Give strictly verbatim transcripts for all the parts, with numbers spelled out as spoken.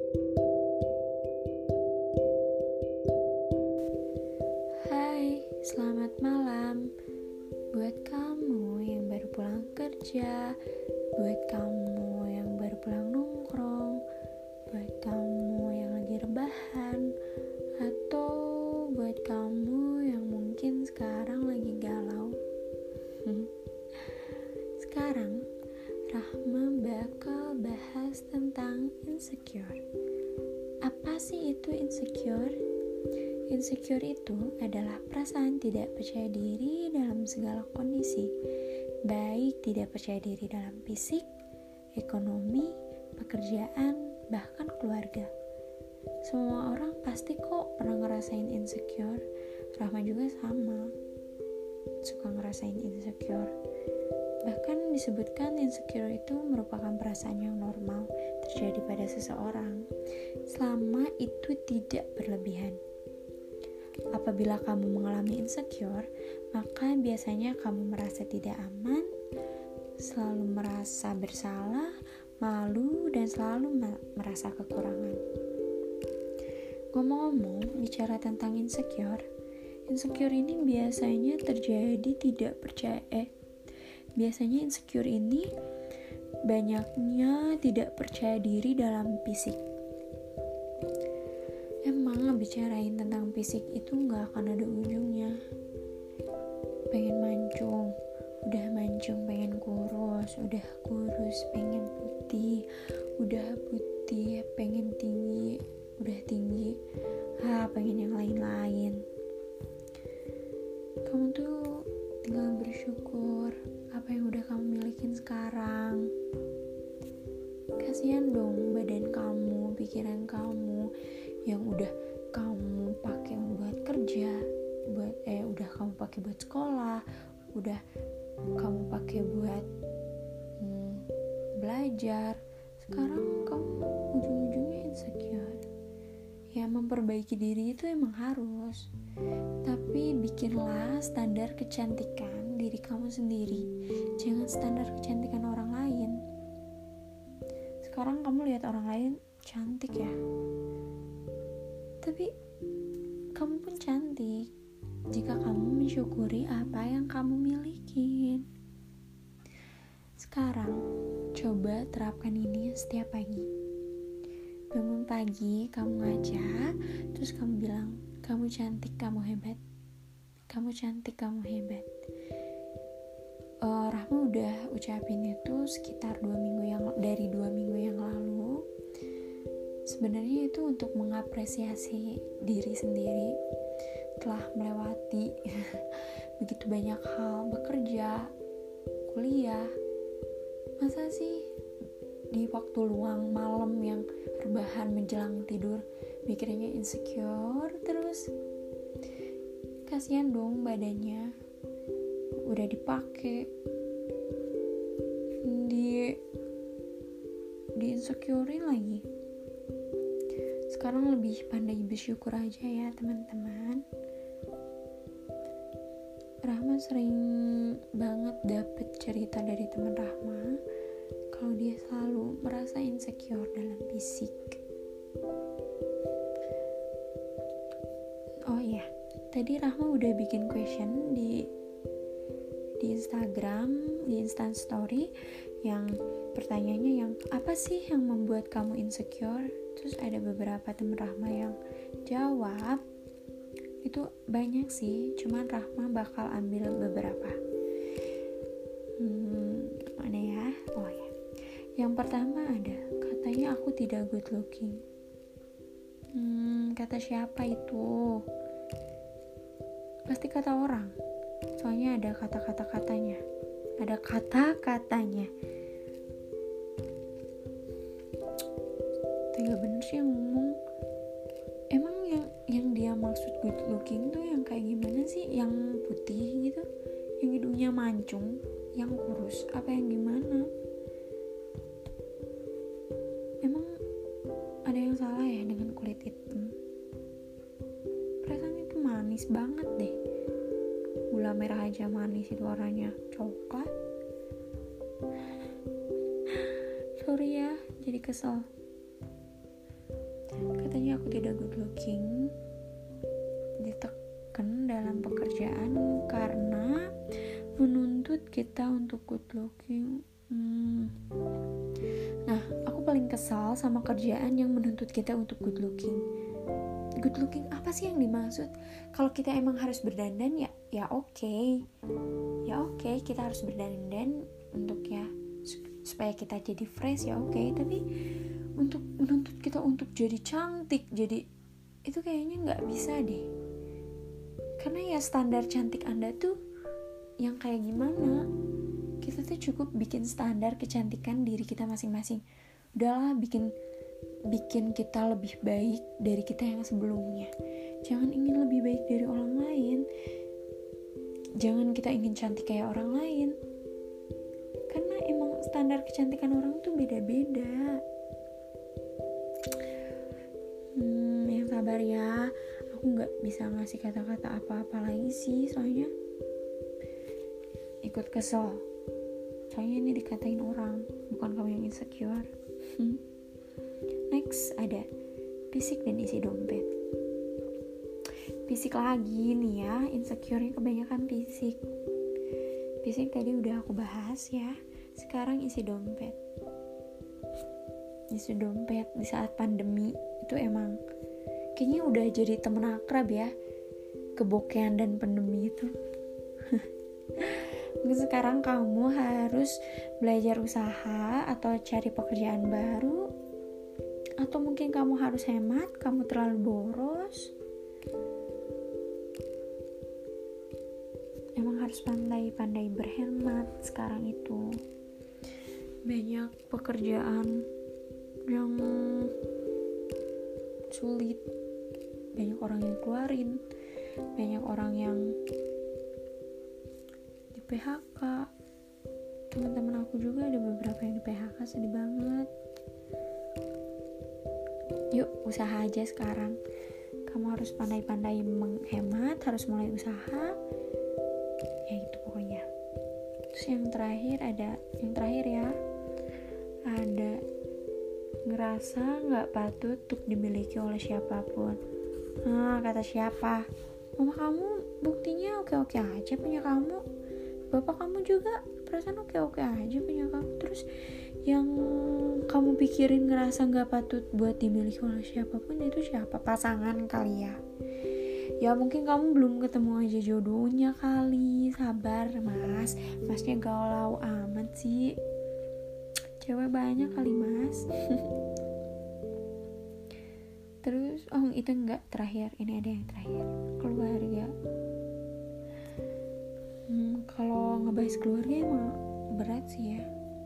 Hai, selamat malam. Buat kamu yang baru pulang kerja, buat kamu yang baru pulang nongkrong, buat kamu yang lagi rebahan, atau buat kamu yang mungkin sekarang lagi galau. Sekarang Rahma bakal bahas tentang insecure. Apa sih itu insecure? Insecure itu adalah perasaan tidak percaya diri dalam segala kondisi, baik tidak percaya diri dalam fisik, ekonomi, pekerjaan, bahkan keluarga. Semua orang pasti kok pernah ngerasain insecure. Rahma juga sama, suka ngerasain insecure. Bahkan disebutkan insecure itu merupakan perasaan yang normal terjadi pada seseorang, selama itu tidak berlebihan. Apabila kamu mengalami insecure, maka biasanya kamu merasa tidak aman, selalu merasa bersalah, malu, dan selalu merasa kekurangan. Ngomong-ngomong, bicara tentang insecure, insecure ini biasanya terjadi tidak percaya eh Biasanya insecure ini banyaknya tidak percaya diri dalam fisik. Emang ngebicarain tentang fisik itu gak akan ada ujungnya. Pengen mancung, udah mancung pengen kurus, udah kurus pengen putih, udah putih pengen tinggi, udah tinggi, ah pengen yang lain-lain. Kamu tuh tinggal bersyukur apa yang udah kamu milikin sekarang. Kasihan dong badan kamu, pikiran kamu yang udah kamu pakai buat kerja, buat eh udah kamu pakai buat sekolah, udah kamu pakai buat hmm, belajar. Sekarang kamu ujung-ujungnya insecure. Ya, memperbaiki diri itu emang harus, tapi bikinlah standar kecantikan diri kamu sendiri, jangan standar kecantikan orang lain. Sekarang kamu lihat orang lain cantik ya, tapi kamu pun cantik jika kamu mensyukuri apa yang kamu miliki. Sekarang coba terapkan ini setiap pagi. Bangun pagi, kamu ngaca, terus kamu bilang, kamu cantik, kamu hebat. Kamu cantik, kamu hebat. Uh, Rahma udah ucapin itu sekitar dua minggu yang dari dua minggu yang lalu. Sebenarnya itu untuk mengapresiasi diri sendiri telah melewati begitu banyak hal, bekerja, kuliah. Masa sih di waktu luang malam yang rebahan menjelang tidur mikirnya insecure terus? Kasihan dong badannya, udah dipakai di di insecurein lagi. Sekarang lebih pandai bersyukur aja ya teman-teman. Rahma sering banget dapet cerita dari teman Rahma kalau dia selalu merasa insecure dalam fisik. Oh iya, tadi Rahma udah bikin question di di Instagram, di Instant Story, yang pertanyaannya yang apa sih yang membuat kamu insecure? Terus ada beberapa teman Rahma yang jawab, itu banyak sih, cuman Rahma bakal ambil beberapa. Hmm, mana ya? Oh ya, yang pertama ada, katanya aku tidak good looking. Hmm, kata siapa itu? Pasti kata orang. Soalnya ada kata-kata-katanya. Ada kata-katanya. Tega bener sih yang ngomong. Emang yang yang dia maksud good looking tuh yang kayak gimana sih? Yang putih gitu? Yang hidungnya mancung? Yang kurus? Apa yang gimana? Emang ada yang salah ya dengan kulit hitam? Perasaan itu manis banget deh. Gula merah aja manis, itu warnanya coklat. Sorry ya, jadi kesel. aku tidak good looking, ditekan dalam pekerjaan karena menuntut kita untuk good looking. hmm. Nah, aku paling kesal sama kerjaan yang menuntut kita untuk good looking. Good looking apa sih yang dimaksud? Kalau kita emang harus berdandan ya, ya oke, okay. ya oke okay, kita harus berdandan untuk ya supaya kita jadi fresh ya oke. Okay. Tapi untuk menuntut kita untuk jadi cantik, jadi itu kayaknya nggak bisa deh. Karena ya standar cantik Anda tuh yang kayak gimana? Kita tuh cukup bikin standar kecantikan diri kita masing-masing. Udahlah, bikin bikin kita lebih baik dari kita yang sebelumnya. Jangan ingin lebih baik dari orang lain. Jangan kita ingin cantik kayak orang lain. Karena emang standar kecantikan orang tuh beda-beda. Hmm, yang sabar ya. Aku gak bisa ngasih kata-kata apa-apa lagi sih, soalnya ikut kesel. Soalnya ini dikatain orang, bukan kamu yang insecure. hmm. Next ada fisik dan isi dompet. Fisik lagi nih ya, insecure-nya kebanyakan fisik. Fisik tadi udah aku bahas ya. Sekarang isi dompet. Isi dompet di saat pandemi itu emang kayaknya udah jadi temen akrab ya, kebokehan dan pandemi itu. Mungkin sekarang kamu harus belajar usaha atau cari pekerjaan baru, atau mungkin kamu harus hemat, kamu terlalu boros. Emang harus pandai-pandai berhemat sekarang itu. Banyak pekerjaan yang sulit, banyak orang yang keluarin, banyak orang yang di P H K. Teman-teman aku juga ada beberapa yang di P H K, sedih banget. Yuk usaha aja sekarang. Kamu harus pandai-pandai menghemat, harus mulai usaha. Ya itu pokoknya. Terus yang terakhir ada, yang terakhir ya, ada ngerasa gak patut untuk dimiliki oleh siapapun. Nah, kata siapa? Mama kamu buktinya oke-oke aja punya kamu. Bapak kamu juga perasaan oke-oke aja punya kamu. Terus yang kamu pikirin ngerasa gak patut buat dimiliki oleh siapapun itu siapa? Pasangan kali ya. Ya mungkin kamu belum ketemu aja jodohnya kali. Sabar mas. Masnya galau amat sih. Cewek banyak kali mas. Terus oh itu enggak terakhir. Ini ada yang terakhir. Keluarga. hmm, Kalau ngebahas keluarga emang berat sih ya.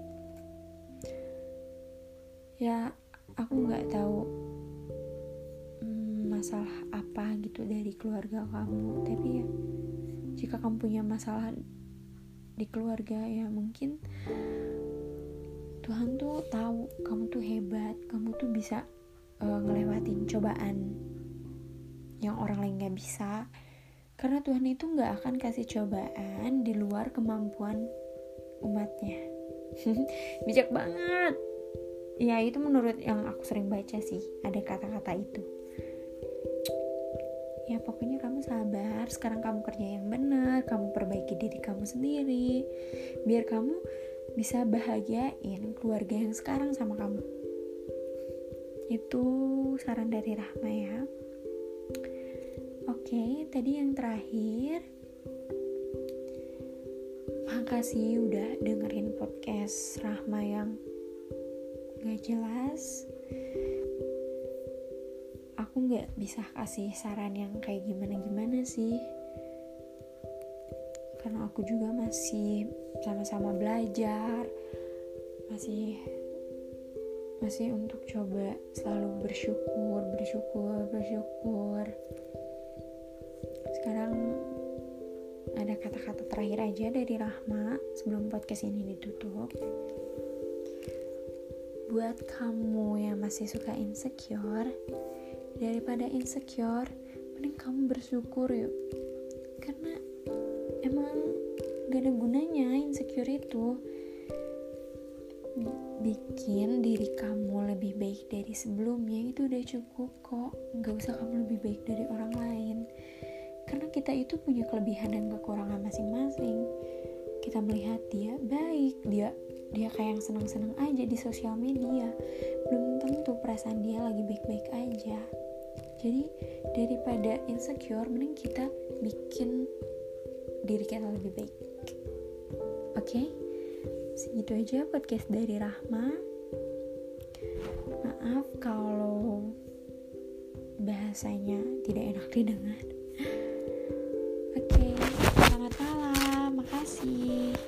Ya aku gak tahu hmm, masalah apa gitu dari keluarga kamu. Tapi ya jika kamu punya masalah di keluarga, ya mungkin Tuhan tuh tahu kamu tuh hebat, kamu tuh bisa uh, ngelewatin cobaan yang orang lain gak bisa. Karena Tuhan itu gak akan kasih cobaan di luar kemampuan umatnya. Bijak banget. Ya itu menurut yang aku sering baca sih, ada kata-kata itu. Ya pokoknya kamu sabar. Sekarang kamu kerja yang benar, kamu perbaiki diri kamu sendiri, biar kamu bisa bahagiain keluarga yang sekarang sama kamu. Itu saran dari Rahma ya. Oke, tadi yang terakhir, makasih udah dengerin podcast Rahma yang gak jelas. Aku gak bisa kasih saran yang kayak gimana-gimana sih, karena aku juga masih sama-sama belajar, masih masih untuk coba selalu bersyukur, bersyukur, bersyukur. Sekarang ada kata-kata terakhir aja dari Rahma sebelum podcast ini ditutup. Buat kamu yang masih suka insecure, daripada insecure, mending kamu bersyukur yuk. Karena emang gak ada gunanya insecure itu. bikin diri kamu lebih baik dari sebelumnya itu udah cukup kok. Gak usah kamu lebih baik dari orang lain, karena kita itu punya kelebihan dan kekurangan masing-masing. Kita melihat dia baik, dia dia kayak yang senang-senang aja di sosial media, belum tentu perasaan dia lagi baik-baik aja. Jadi daripada insecure, mending kita bikin diri kita lebih baik. Oke, okay? Segitu aja podcast dari Rahma. Maaf kalau bahasanya tidak enak didengar. Oke, okay, selamat malam, makasih.